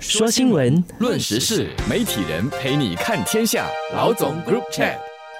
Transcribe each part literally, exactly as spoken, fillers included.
说新闻， 论时事，媒体人陪你看天下。老总 Group Chat。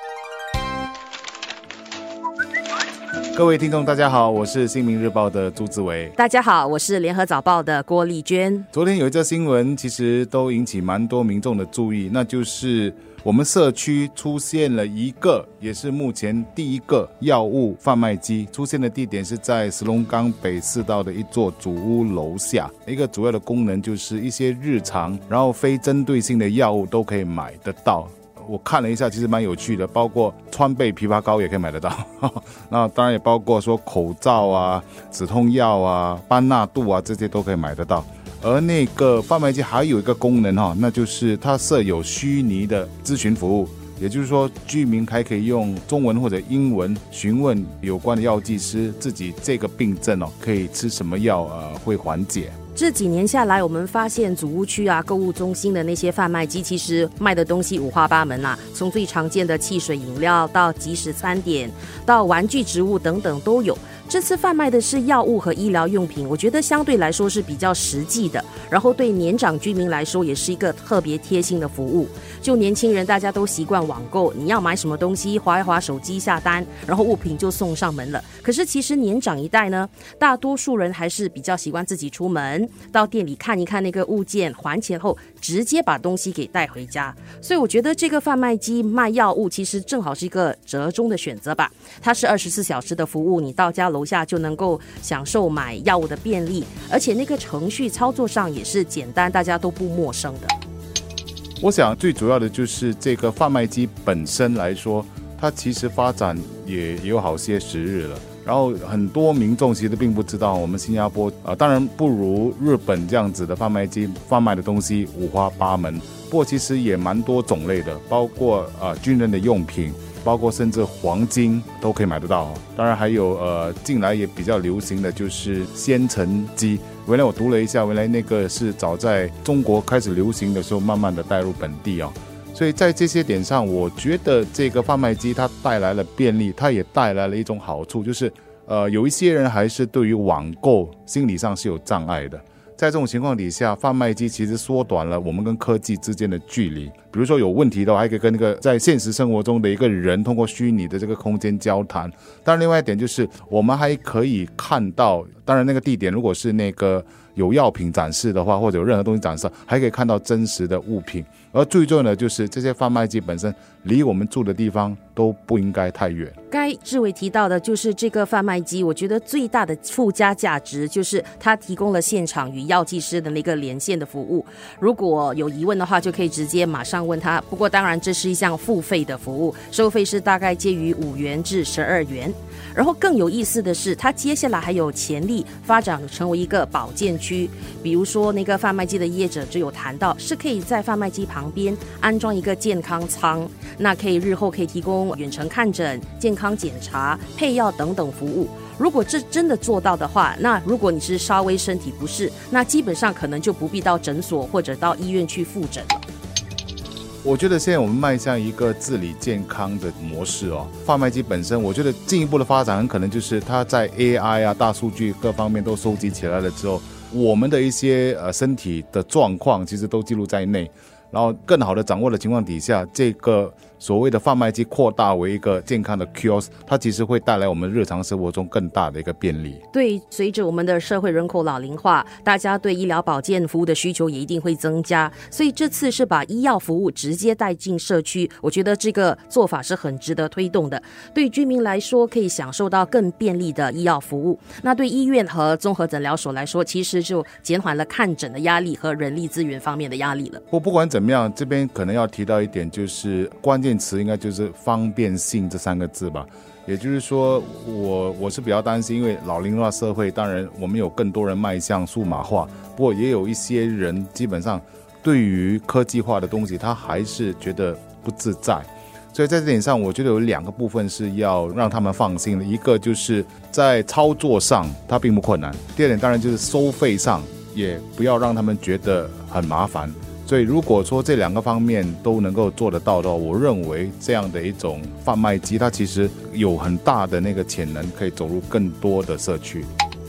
各位听众大家好，我是新民日报的朱志伟。 大家好，我是联合早报的郭丽娟。 昨天有一则新闻其实都引起蛮多民众的注意，那就是我们社区出现了一个也是目前第一个药物贩卖机，出现的地点是在石龙岗北四道的一座主屋楼下。一个主要的功能就是一些日常然后非针对性的药物都可以买得到。我看了一下，其实蛮有趣的，包括川贝枇杷膏也可以买得到那当然也包括说口罩啊、止痛药啊、班纳度啊，这些都可以买得到。而那个贩卖机还有一个功能，那就是它设有虚拟的咨询服务，也就是说居民还可以用中文或者英文询问有关的药剂师自己这个病症可以吃什么药呃会缓解。 这几年下来，我们发现组屋区啊、购物中心的那些贩卖机，其实卖的东西五花八门啦，从最常见的汽水饮料到即食餐点，到玩具植物等等都有。这次贩卖的是药物和医疗用品，我觉得相对来说是比较实际的，然后对年长居民来说也是一个特别贴心的服务。就年轻人大家都习惯网购，你要买什么东西滑一滑手机下单，然后物品就送上门了。可是其实年长一代呢，大多数人还是比较习惯自己出门到店里看一看那个物件，还钱后直接把东西给带回家。所以我觉得这个贩卖机卖药物其实正好是一个折中的选择吧。它是二十四小时的服务，你到家楼下就能够享受买药物的便利，而且那个程序操作上也是简单，大家都不陌生的。 我想最主要的就是这个贩卖机本身来说，它其实发展也有好些时日了，然后很多民众其实并不知道我们新加坡、呃、当然不如日本这样子的贩卖机贩卖的东西五花八门，不过其实也蛮多种类的，包括、呃、军人的用品，包括甚至黄金都可以买得到。当然还有呃，近来也比较流行的就是鲜橙机，原来我读了一下，原来那个是早在中国开始流行的时候慢慢的带入本地哦。所以在这些点上，我觉得这个贩卖机它带来了便利，它也带来了一种好处，就是呃，有一些人还是对于网购心理上是有障碍的。在这种情况底下，贩卖机其实缩短了我们跟科技之间的距离。比如说有问题的话，还可以跟那个在现实生活中的一个人通过虚拟的这个空间交谈。当然另外一点就是我们还可以看到，当然那个地点如果是那个有药品展示的话，或者有任何东西展示，还可以看到真实的物品。而最重要的就是这些贩卖机本身离我们住的地方都不应该太远。 该志伟提到的就是这个贩卖机，我觉得最大的附加价值就是它提供了现场与药剂师的那个连线的服务，如果有疑问的话就可以直接马上问他。不过当然这是一项付费的服务，收费是大概介于五元至十二元。然后更有意思的是，它接下来还有潜力发展成为一个保健区，比如说那个贩卖机的业者就有谈到，是可以在贩卖机旁边安装一个健康舱，那可以日后可以提供远程看诊、健康检查、配药等等服务。如果这真的做到的话，那如果你是稍微身体不适，那基本上可能就不必到诊所或者到医院去复诊了。 我觉得现在我们迈向一个治理健康的模式哦，贩卖机本身我觉得进一步的发展很可能就是它在 A I 啊、大数据各方面都收集起来了之后，我们的一些呃身体的状况其实都记录在内，然后更好的掌握的情况底下，这个所谓的贩卖机扩大为一个健康的 kiosk， 它其实会带来我们日常生活中更大的一个便利。 对，随着我们的社会人口老龄化，大家对医疗保健服务的需求也一定会增加，所以这次是把医药服务直接带进社区，我觉得这个做法是很值得推动的。对居民来说，可以享受到更便利的医药服务，那对医院和综合诊疗所来说，其实就减缓了看诊的压力和人力资源方面的压力了。 不不管怎么样，这边可能要提到一点，就是关键词应该就是方便性这三个字吧。也就是说我我是比较担心，因为老龄化社会，当然我们有更多人迈向数码化，不过也有一些人基本上对于科技化的东西他还是觉得不自在，所以在这点上我觉得有两个部分是要让他们放心的。一个就是在操作上它并不困难，第二点当然就是收费上也不要让他们觉得很麻烦。所以如果说这两个方面都能够做得到的话，我认为这样的一种贩卖机它其实有很大的那个潜能可以走入更多的社区。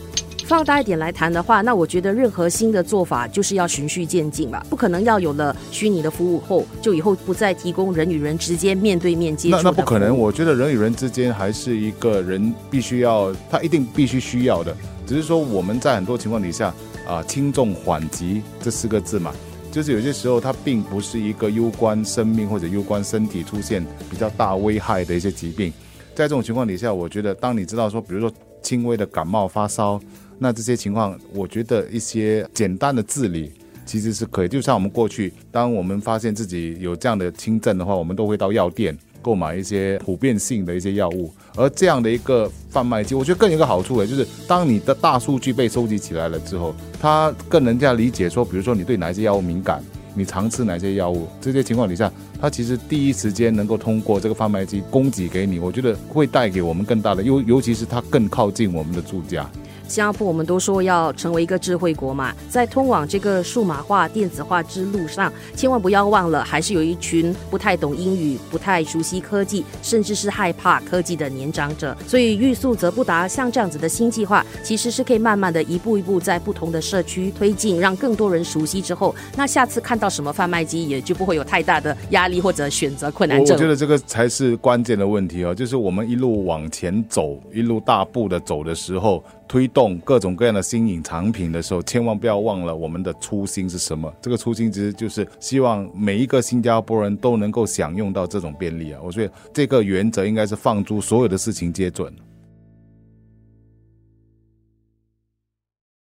放大一点来谈的话，那我觉得任何新的做法就是要循序渐进吧，不可能要有了虚拟的服务后，就以后不再提供人与人之间面对面接触的服务。 那那不可能，我觉得人与人之间还是一个人必须要，他一定必须需要的，只是说我们在很多情况底下啊、呃，轻重缓急这四个字嘛。就是有些时候它并不是一个攸关生命或者攸关身体出现比较大危害的一些疾病，在这种情况底下，我觉得当你知道说比如说轻微的感冒发烧，那这些情况我觉得一些简单的治理其实是可以，就像我们过去当我们发现自己有这样的轻症的话，我们都会到药店购买一些普遍性的一些药物，而这样的一个贩卖机我觉得更有一个好处的就是当你的大数据被收集起来了之后，它更能这样理解说比如说你对哪些药物敏感，你常吃哪些药物，这些情况底下它其实第一时间能够通过这个贩卖机供给给你，我觉得会带给我们更大的，尤尤其是它更靠近我们的住家。 新加坡我们都说要成为一个智慧国嘛，在通往这个数码化电子化之路上，千万不要忘了还是有一群不太懂英语，不太熟悉科技，甚至是害怕科技的年长者。所以欲速则不达，像这样子的新计划其实是可以慢慢的一步一步在不同的社区推进，让更多人熟悉之后，那下次看到什么贩卖机也就不会有太大的压力或者选择困难症。 我觉得这个才是关键的问题哦，就是我们一路往前走，一路大步的走的时候，推动各种各样的新颖产品的时候，千万不要忘了我们的初心是什么。这个初心其实就是希望每一个新加坡人都能够享用到这种便利啊。我觉得这个原则应该是放诸所有的事情皆准。